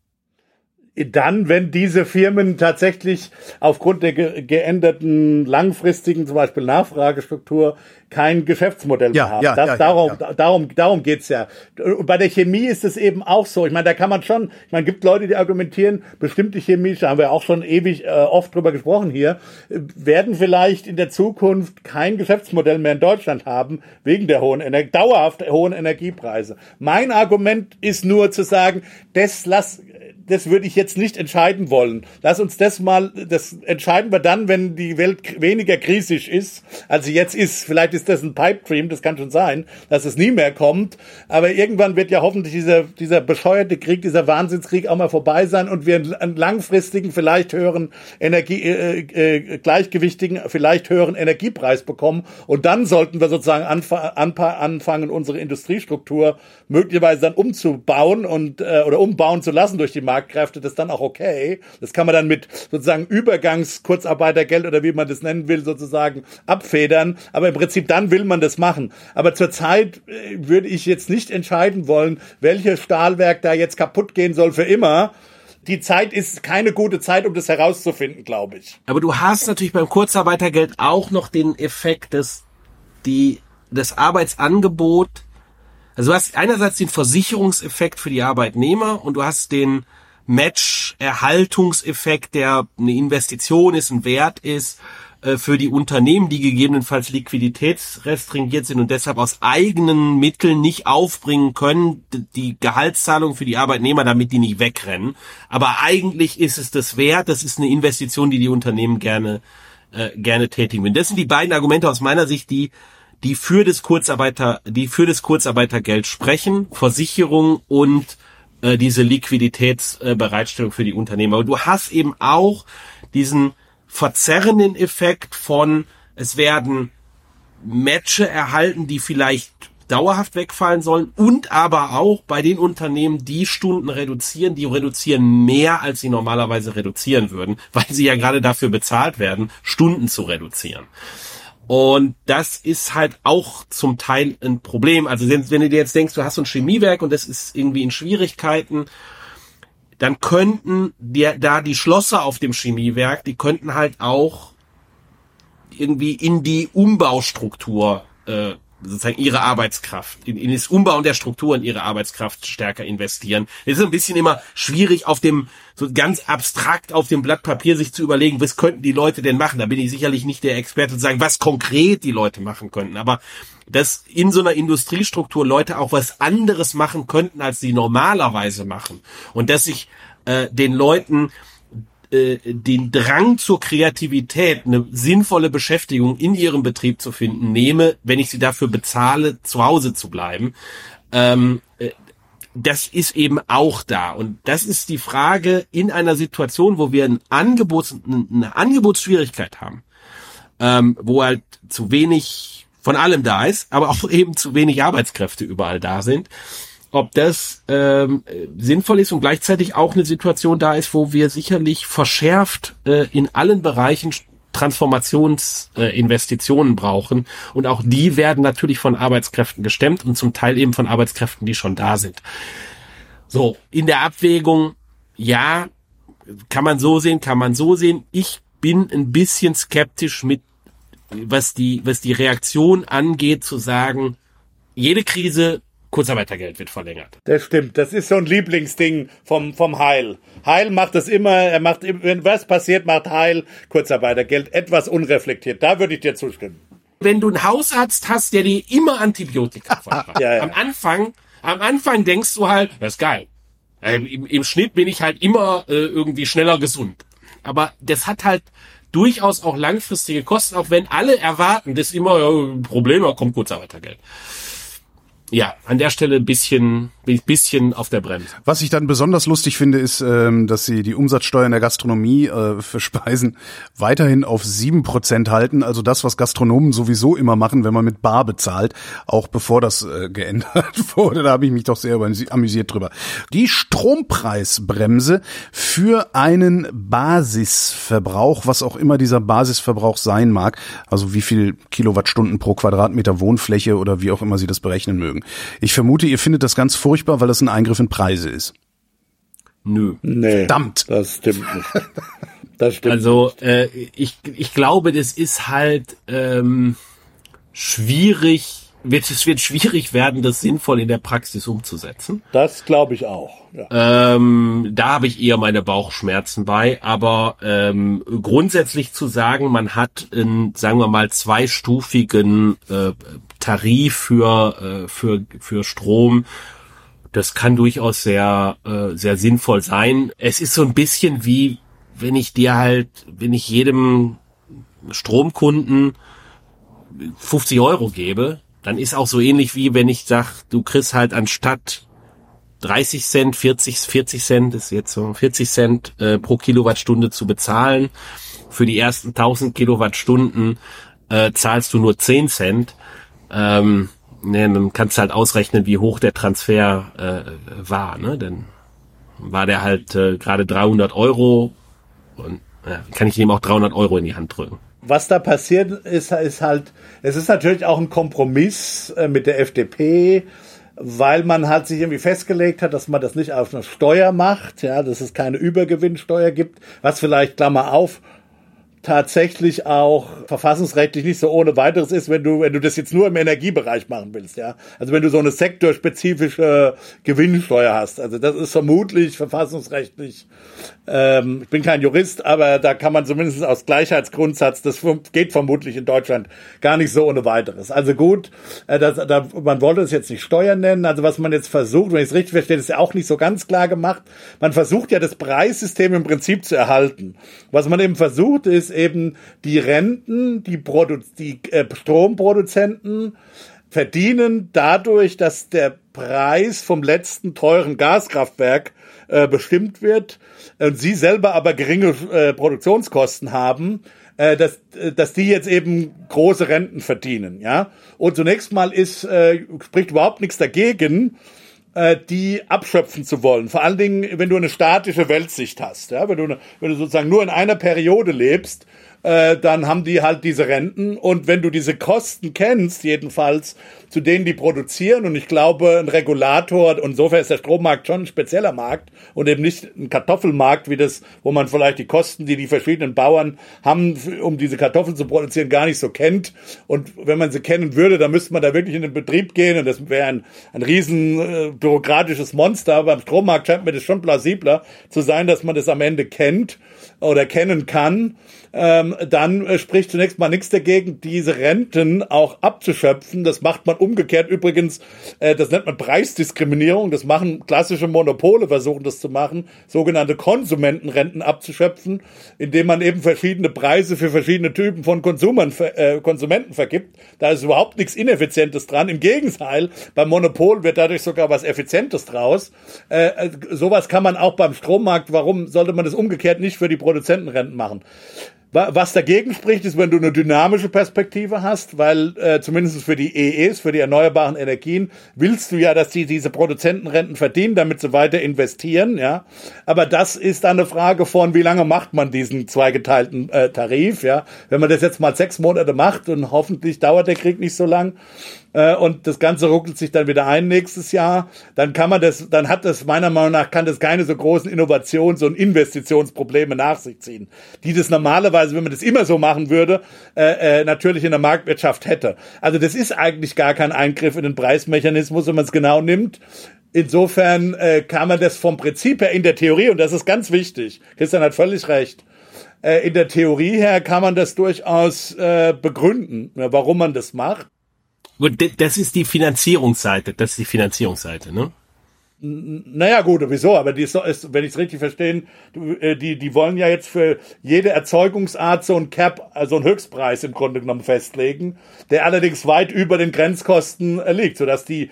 Dann, wenn diese Firmen tatsächlich aufgrund der geänderten langfristigen, zum Beispiel Nachfragestruktur, kein Geschäftsmodell mehr haben. Darum geht's ja. Und bei der Chemie ist es eben auch so. Ich meine, da kann man schon, gibt Leute, die argumentieren, bestimmte Chemie, da haben wir auch schon ewig oft drüber gesprochen hier, werden vielleicht in der Zukunft kein Geschäftsmodell mehr in Deutschland haben, wegen der dauerhaft hohen Energiepreise. Mein Argument ist nur zu sagen, das würde ich jetzt nicht entscheiden wollen. Lass uns das entscheiden wir dann, wenn die Welt weniger kritisch ist, als sie jetzt ist. Vielleicht ist das ein Pipe Dream, das kann schon sein, dass es nie mehr kommt. Aber irgendwann wird ja hoffentlich dieser bescheuerte Krieg, dieser Wahnsinnskrieg auch mal vorbei sein und wir einen langfristigen, vielleicht höheren gleichgewichtigen, vielleicht höheren Energiepreis bekommen. Und dann sollten wir sozusagen anfangen, unsere Industriestruktur möglicherweise dann umzubauen oder umbauen zu lassen durch die Marktkräfte, das ist dann auch okay. Das kann man dann mit sozusagen Übergangs-Kurzarbeitergeld oder wie man das nennen will, sozusagen abfedern. Aber im Prinzip dann will man das machen. Aber zurzeit würde ich jetzt nicht entscheiden wollen, welches Stahlwerk da jetzt kaputt gehen soll für immer. Die Zeit ist keine gute Zeit, um das herauszufinden, glaube ich. Aber du hast natürlich beim Kurzarbeitergeld auch noch den Effekt, dass das Arbeitsangebot, also du hast einerseits den Versicherungseffekt für die Arbeitnehmer und du hast den Match-Erhaltungseffekt, der eine Investition ist, ein Wert ist für die Unternehmen, die gegebenenfalls liquiditätsrestringiert sind und deshalb aus eigenen Mitteln nicht aufbringen können, die Gehaltszahlung für die Arbeitnehmer, damit die nicht wegrennen. Aber eigentlich ist es das wert, das ist eine Investition, die Unternehmen gerne tätigen würden. Das sind die beiden Argumente aus meiner Sicht, die für das Kurzarbeitergeld sprechen, Versicherung und diese Liquiditätsbereitstellung für die Unternehmen. Aber du hast eben auch diesen verzerrenden Effekt von, es werden Matche erhalten, die vielleicht dauerhaft wegfallen sollen und aber auch bei den Unternehmen, die Stunden reduzieren, die reduzieren mehr, als sie normalerweise reduzieren würden, weil sie ja gerade dafür bezahlt werden, Stunden zu reduzieren. Und das ist halt auch zum Teil ein Problem. Also wenn du dir jetzt denkst, du hast so ein Chemiewerk und das ist irgendwie in Schwierigkeiten, dann könnten da die Schlosser auf dem Chemiewerk, die könnten halt auch irgendwie in die Umbaustruktur sozusagen ihre Arbeitskraft, in das Umbauen der Strukturen ihre Arbeitskraft stärker investieren. Es ist ein bisschen immer schwierig so ganz abstrakt auf dem Blatt Papier sich zu überlegen, was könnten die Leute denn machen. Da bin ich sicherlich nicht der Experte zu sagen, was konkret die Leute machen könnten. Aber dass in so einer Industriestruktur Leute auch was anderes machen könnten, als sie normalerweise machen. Und dass ich den Leuten den Drang zur Kreativität, eine sinnvolle Beschäftigung in ihrem Betrieb zu finden, nehme, wenn ich sie dafür bezahle, zu Hause zu bleiben. Das ist eben auch da. Und das ist die Frage in einer Situation, wo wir eine Angebotsschwierigkeit haben, wo halt zu wenig von allem da ist, aber auch eben zu wenig Arbeitskräfte überall da sind. Ob das sinnvoll ist und gleichzeitig auch eine Situation da ist, wo wir sicherlich verschärft in allen Bereichen Transformationsinvestitionen brauchen. Und auch die werden natürlich von Arbeitskräften gestemmt und zum Teil eben von Arbeitskräften, die schon da sind. So, in der Abwägung, ja, kann man so sehen, kann man so sehen. Ich bin ein bisschen skeptisch mit, was die Reaktion angeht, zu sagen, jede Krise, Kurzarbeitergeld wird verlängert. Das stimmt. Das ist so ein Lieblingsding vom Heil. Heil macht das immer. Wenn was passiert, macht Heil Kurzarbeitergeld etwas unreflektiert. Da würde ich dir zustimmen. Wenn du einen Hausarzt hast, der dir immer Antibiotika verschreibt. Ja. Am Anfang denkst du halt, das ist geil. Im Schnitt bin ich halt immer irgendwie schneller gesund. Aber das hat halt durchaus auch langfristige Kosten, auch wenn alle erwarten, dass immer Probleme kommt Kurzarbeitergeld. Ja, an der Stelle ein bisschen auf der Bremse. Was ich dann besonders lustig finde, ist, dass sie die Umsatzsteuer in der Gastronomie für Speisen weiterhin auf 7% halten. Also das, was Gastronomen sowieso immer machen, wenn man mit bar bezahlt, auch bevor das geändert wurde. Da habe ich mich doch sehr amüsiert drüber. Die Strompreisbremse für einen Basisverbrauch, was auch immer dieser Basisverbrauch sein mag. Also wie viel Kilowattstunden pro Quadratmeter Wohnfläche oder wie auch immer sie das berechnen mögen. Ich vermute, ihr findet das ganz furchtbar, weil das ein Eingriff in Preise ist. Nö. Nee, verdammt. Das stimmt nicht. Das stimmt. Also ich glaube, das ist halt schwierig. Es wird schwierig werden, das sinnvoll in der Praxis umzusetzen. Das glaube ich auch. Ja. Da habe ich eher meine Bauchschmerzen bei. Aber grundsätzlich zu sagen, man hat einen, sagen wir mal, zweistufigen Tarif für Strom, Das kann durchaus sehr sinnvoll sein. Es ist so ein bisschen wie, wenn ich jedem Stromkunden 50 € gebe, dann ist auch so ähnlich wie wenn ich sag, du kriegst halt anstatt 30 Cent, 40 Cent, ist jetzt so 40 Cent pro Kilowattstunde zu bezahlen. Für die ersten 1000 Kilowattstunden zahlst du nur 10 Cent. Dann kannst du halt ausrechnen, wie hoch der Transfer war. Ne? Dann war der halt gerade 300 € und kann ich ihm auch 300 € in die Hand drücken. Was da passiert ist halt, es ist natürlich auch ein Kompromiss mit der FDP, weil man halt sich irgendwie festgelegt hat, dass man das nicht auf eine Steuer macht, ja, dass es keine Übergewinnsteuer gibt, was vielleicht, Klammer auf, tatsächlich auch verfassungsrechtlich nicht so ohne weiteres ist, wenn du das jetzt nur im Energiebereich machen willst, ja. Also wenn du so eine sektorspezifische Gewinnsteuer hast. Also das ist vermutlich verfassungsrechtlich, ich bin kein Jurist, aber da kann man zumindest aus Gleichheitsgrundsatz, das geht vermutlich in Deutschland gar nicht so ohne weiteres. Also gut, man wollte es jetzt nicht Steuern nennen, also was man jetzt versucht, wenn ich es richtig verstehe, ist ja auch nicht so ganz klar gemacht. Man versucht ja das Preissystem im Prinzip zu erhalten. Was man eben versucht, ist eben die Renten, die Stromproduzenten verdienen dadurch, dass der Preis vom letzten teuren Gaskraftwerk bestimmt wird und sie selber aber geringe Produktionskosten haben, dass die jetzt eben große Renten verdienen, ja. Und zunächst mal spricht überhaupt nichts dagegen, die abschöpfen zu wollen. Vor allen Dingen, wenn du eine statische Weltsicht hast, ja, wenn du sozusagen nur in einer Periode lebst, dann haben die halt diese Renten. Und wenn du diese Kosten kennst, jedenfalls, zu denen die produzieren, und ich glaube, ein Regulator, und insofern ist der Strommarkt schon ein spezieller Markt und eben nicht ein Kartoffelmarkt, wo man vielleicht die Kosten, die verschiedenen Bauern haben, um diese Kartoffeln zu produzieren, gar nicht so kennt. Und wenn man sie kennen würde, dann müsste man da wirklich in den Betrieb gehen, und das wäre ein riesen bürokratisches Monster. Beim Strommarkt scheint mir das schon plausibler zu sein, dass man das am Ende kennt oder kennen kann. Dann spricht zunächst mal nichts dagegen, diese Renten auch abzuschöpfen. Das macht man umgekehrt übrigens, das nennt man Preisdiskriminierung, das machen klassische Monopole, versuchen das zu machen, sogenannte Konsumentenrenten abzuschöpfen, indem man eben verschiedene Preise für verschiedene Typen von Konsumenten vergibt. Da ist überhaupt nichts Ineffizientes dran. Im Gegenteil, beim Monopol wird dadurch sogar was Effizientes draus. Sowas kann man auch beim Strommarkt, warum sollte man das umgekehrt nicht für die Produzentenrenten machen? Was dagegen spricht, ist, wenn du eine dynamische Perspektive hast, weil zumindest für die EEs, für die erneuerbaren Energien, willst du ja, dass die diese Produzentenrenten verdienen, damit sie weiter investieren, ja. Aber das ist dann eine Frage von, wie lange macht man diesen zweigeteilten Tarif, ja. Wenn man das jetzt mal 6 Monate macht, und hoffentlich dauert der Krieg nicht so lang, und das Ganze ruckelt sich dann wieder ein nächstes Jahr, dann hat das meiner Meinung nach, kann das keine so großen Innovations- und Investitionsprobleme nach sich ziehen, die das normalerweise, wenn man das immer so machen würde, natürlich in der Marktwirtschaft hätte. Also das ist eigentlich gar kein Eingriff in den Preismechanismus, wenn man es genau nimmt. Insofern kann man das vom Prinzip her in der Theorie, und das ist ganz wichtig, Christian hat völlig recht, in der Theorie her kann man das durchaus begründen, warum man das macht. Und das ist die Finanzierungsseite, ne? Naja, gut, wieso? Aber wenn ich es richtig verstehe, die wollen ja jetzt für jede Erzeugungsart so ein Cap, also einen Höchstpreis im Grunde genommen festlegen, der allerdings weit über den Grenzkosten liegt, sodass die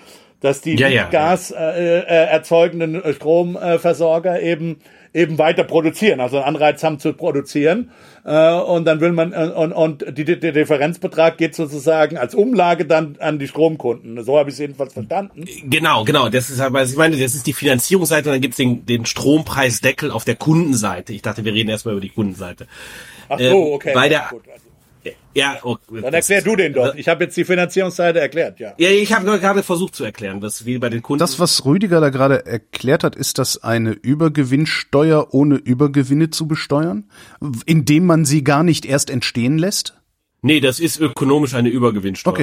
Gas erzeugenden Stromversorger eben weiter produzieren, also einen Anreiz haben zu produzieren, und dann will man, und der Differenzbetrag geht sozusagen als Umlage dann an die Stromkunden. So habe ich es jedenfalls verstanden. Genau. Das ist aber, ich meine, das ist die Finanzierungsseite, und dann gibt's den Strompreisdeckel auf der Kundenseite. Ich dachte, wir reden erstmal über die Kundenseite. Ach so, okay. Gut. Ja, okay. Dann erklär du den doch. Ich habe jetzt die Finanzierungsseite erklärt, ja. Ja, ich habe nur gerade versucht zu erklären, was wie bei den Kunden. Das, was Rüdiger da gerade erklärt hat, ist das eine Übergewinnsteuer ohne Übergewinne zu besteuern, indem man sie gar nicht erst entstehen lässt? Nee, das ist ökonomisch eine Übergewinnsteuer. Okay.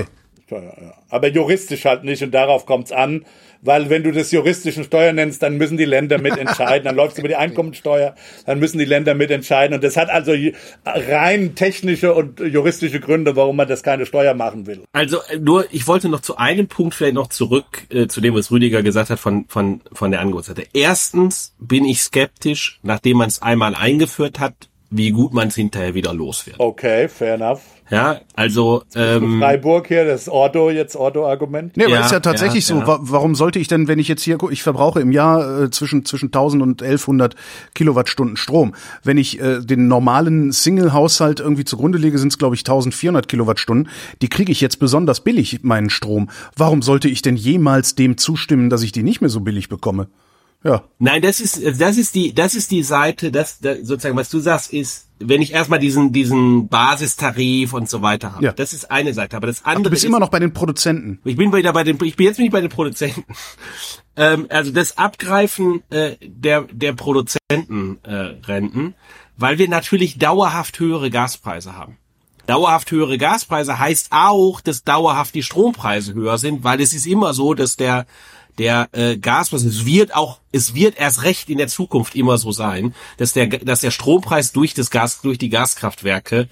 Steuer, ja. Aber juristisch halt nicht und darauf kommt's an, weil wenn du das juristischen Steuer nennst, dann müssen die Länder mitentscheiden, dann läuft's über die Einkommensteuer, dann müssen die Länder mitentscheiden und das hat also rein technische und juristische Gründe, warum man das keine Steuer machen will. Also ich wollte noch zu einem Punkt vielleicht noch zurück, zu dem, was Rüdiger gesagt hat von der Angebotsseite. Erstens bin ich skeptisch, nachdem man es einmal eingeführt hat, wie gut man es hinterher wieder los wird. Okay, fair enough. Ja, also Freiburg hier, das Ordo-Argument. Nee, aber ist ja tatsächlich so. Warum sollte ich denn, wenn ich jetzt hier, ich verbrauche im Jahr zwischen 1000 und 1100 Kilowattstunden Strom. Wenn ich den normalen Single-Haushalt irgendwie zugrunde lege, sind es, glaube ich, 1400 Kilowattstunden. Die kriege ich jetzt besonders billig, meinen Strom. Warum sollte ich denn jemals dem zustimmen, dass ich die nicht mehr so billig bekomme? Ja. Nein, das ist die Seite, sozusagen, was du sagst, ist, wenn ich erstmal diesen Basistarif und so weiter habe. Ja. Das ist eine Seite, aber das andere du bist immer noch bei den Produzenten. Ich bin jetzt nicht bei den Produzenten. Also das Abgreifen der Produzentenrenten, weil wir natürlich dauerhaft höhere Gaspreise haben. Dauerhaft höhere Gaspreise heißt auch, dass dauerhaft die Strompreise höher sind, weil es ist immer so, dass der Gaspreis, es wird erst recht in der Zukunft immer so sein, dass der Strompreis durch die Gaskraftwerke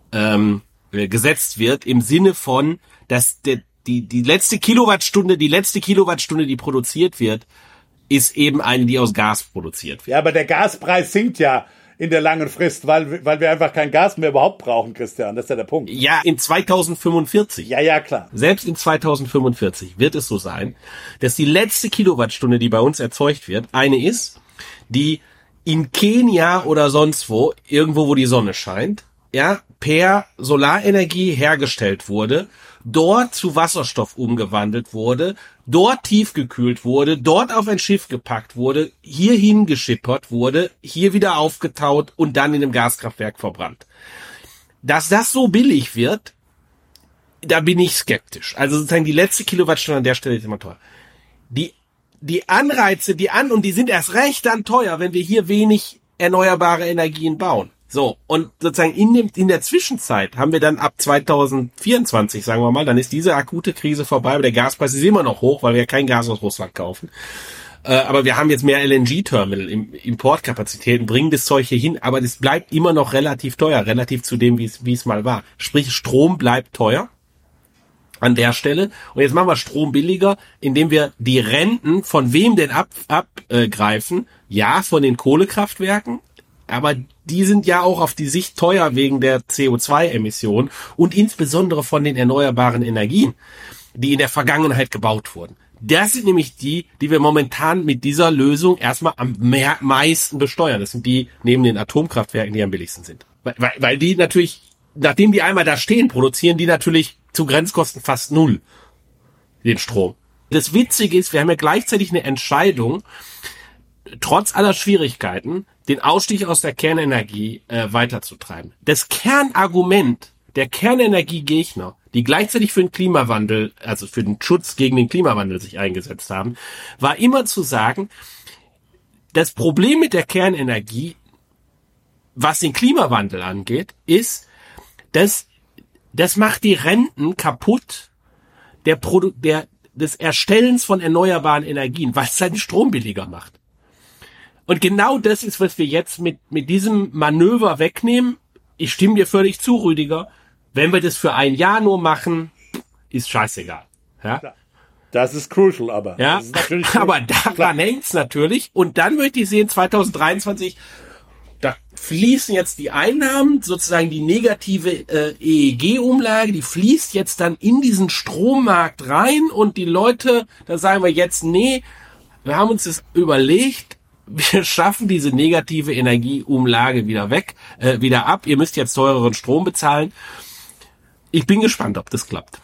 gesetzt wird, im Sinne von, dass die letzte Kilowattstunde, die produziert wird, ist eben eine, die aus Gas produziert wird. Ja, aber der Gaspreis sinkt ja in der langen Frist, weil wir einfach kein Gas mehr überhaupt brauchen, Christian. Das ist ja der Punkt. Ja, in 2045. Ja, klar. Selbst in 2045 wird es so sein, dass die letzte Kilowattstunde, die bei uns erzeugt wird, eine ist, die in Kenia oder sonst wo, irgendwo, wo die Sonne scheint, ja, per Solarenergie hergestellt wurde, dort zu Wasserstoff umgewandelt wurde, dort tiefgekühlt wurde, dort auf ein Schiff gepackt wurde, hierhin geschippert wurde, hier wieder aufgetaut und dann in einem Gaskraftwerk verbrannt. Dass das so billig wird, da bin ich skeptisch. Also sozusagen die letzte Kilowattstunde an der Stelle ist immer teuer. Die Anreize, und die sind erst recht dann teuer, wenn wir hier wenig erneuerbare Energien bauen. So, und sozusagen in der Zwischenzeit haben wir dann ab 2024, sagen wir mal, dann ist diese akute Krise vorbei, aber der Gaspreis ist immer noch hoch, weil wir kein Gas aus Russland kaufen. Aber wir haben jetzt mehr LNG-Terminal, Importkapazitäten, bringen das Zeug hier hin, aber das bleibt immer noch relativ teuer, relativ zu dem, wie es mal war. Sprich, Strom bleibt teuer an der Stelle. Und jetzt machen wir Strom billiger, indem wir die Renten von wem denn abgreifen? Ja, von den Kohlekraftwerken, aber die sind ja auch auf die Sicht teuer wegen der CO2-Emissionen und insbesondere von den erneuerbaren Energien, die in der Vergangenheit gebaut wurden. Das sind nämlich die wir momentan mit dieser Lösung erstmal am meisten besteuern. Das sind die neben den Atomkraftwerken, die am billigsten sind. Weil die natürlich, nachdem die einmal da stehen, produzieren die natürlich zu Grenzkosten fast null den Strom. Das Witzige ist, wir haben ja gleichzeitig eine Entscheidung, trotz aller Schwierigkeiten, den Ausstieg aus der Kernenergie weiterzutreiben. Das Kernargument der Kernenergiegegner, die gleichzeitig für den Klimawandel, also für den Schutz gegen den Klimawandel sich eingesetzt haben, war immer zu sagen, das Problem mit der Kernenergie, was den Klimawandel angeht, ist, dass das macht die Renten kaputt des Erstellens von erneuerbaren Energien, weil es seinen Strom billiger macht. Und genau das ist, was wir jetzt mit diesem Manöver wegnehmen. Ich stimme dir völlig zu, Rüdiger. Wenn wir das für ein Jahr nur machen, ist scheißegal. Ja? Das ist crucial, aber. Ja, das ist natürlich aber daran hängt's natürlich. Und dann möchte ich sehen, 2023, da fließen jetzt die Einnahmen, sozusagen die negative EEG-Umlage, die fließt jetzt dann in diesen Strommarkt rein und die Leute, da sagen wir jetzt, nee, wir haben uns das überlegt, wir schaffen diese negative Energieumlage wieder ab. Ihr müsst jetzt teureren Strom bezahlen. Ich bin gespannt, ob das klappt.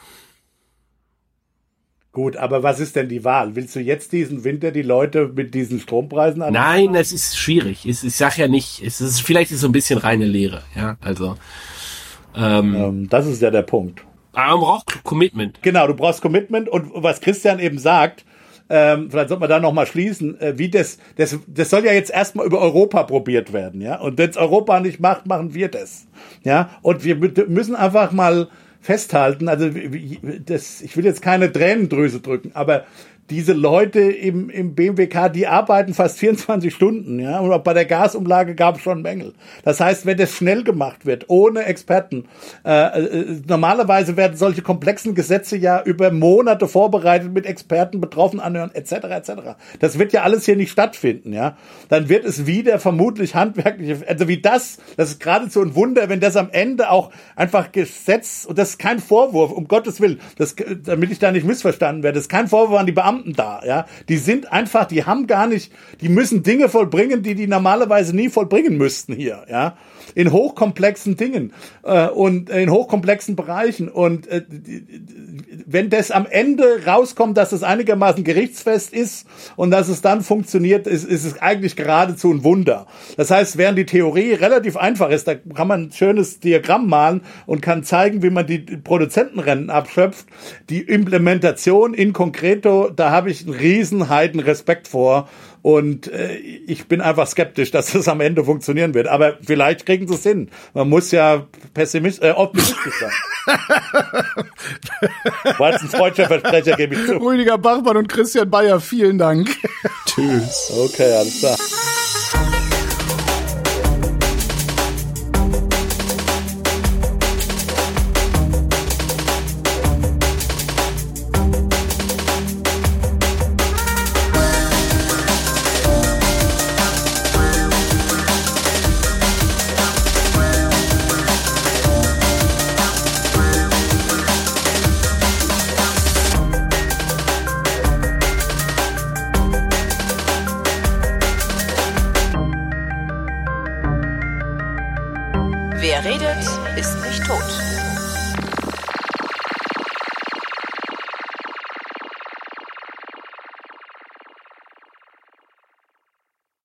Gut, aber was ist denn die Wahl? Willst du jetzt diesen Winter die Leute mit diesen Strompreisen anfangen? Nein, es ist schwierig. Ich sag ja nicht, vielleicht ist so ein bisschen reine Lehre. Ja, also. Das ist ja der Punkt. Aber man braucht Commitment. Genau, du brauchst Commitment und was Christian eben sagt, vielleicht sollte man da noch mal schließen, wie das soll ja jetzt erstmal über Europa probiert werden, ja? Und wenn es Europa nicht macht, machen wir das. Ja? Und wir müssen einfach mal festhalten. Also ich will jetzt keine Tränendrüse drücken, aber diese Leute im BMWK, die arbeiten fast 24 Stunden, ja, und auch bei der Gasumlage gab es schon Mängel. Das heißt, wenn das schnell gemacht wird, ohne Experten, normalerweise werden solche komplexen Gesetze ja über Monate vorbereitet, mit Experten, betroffen anhören, etc., etc. Das wird ja alles hier nicht stattfinden, ja. Dann wird es wieder vermutlich handwerkliche, also wie das ist geradezu ein Wunder, wenn das am Ende auch einfach Gesetz, und das ist kein Vorwurf, um Gottes Willen, damit ich da nicht missverstanden werde, das ist kein Vorwurf an die Beamten da, ja. Die sind einfach, die müssen Dinge vollbringen, die normalerweise nie vollbringen müssten hier, ja. In hochkomplexen Dingen und in hochkomplexen Bereichen. Und wenn das am Ende rauskommt, dass es einigermaßen gerichtsfest ist und dass es dann funktioniert, ist es eigentlich geradezu ein Wunder. Das heißt, während die Theorie relativ einfach ist, da kann man ein schönes Diagramm malen und kann zeigen, wie man die Produzentenrenten abschöpft. Die Implementation in concreto, da habe ich einen riesen Respekt vor. Und ich bin einfach skeptisch, dass das am Ende funktionieren wird. Aber vielleicht kriegen sie es hin. Man muss ja optimistisch sein. War jetzt ein freudscher Versprecher, gebe ich zu. Rüdiger Bachmann und Christian Bayer, vielen Dank. Tschüss. Okay, alles klar. Wer redet, ist nicht tot.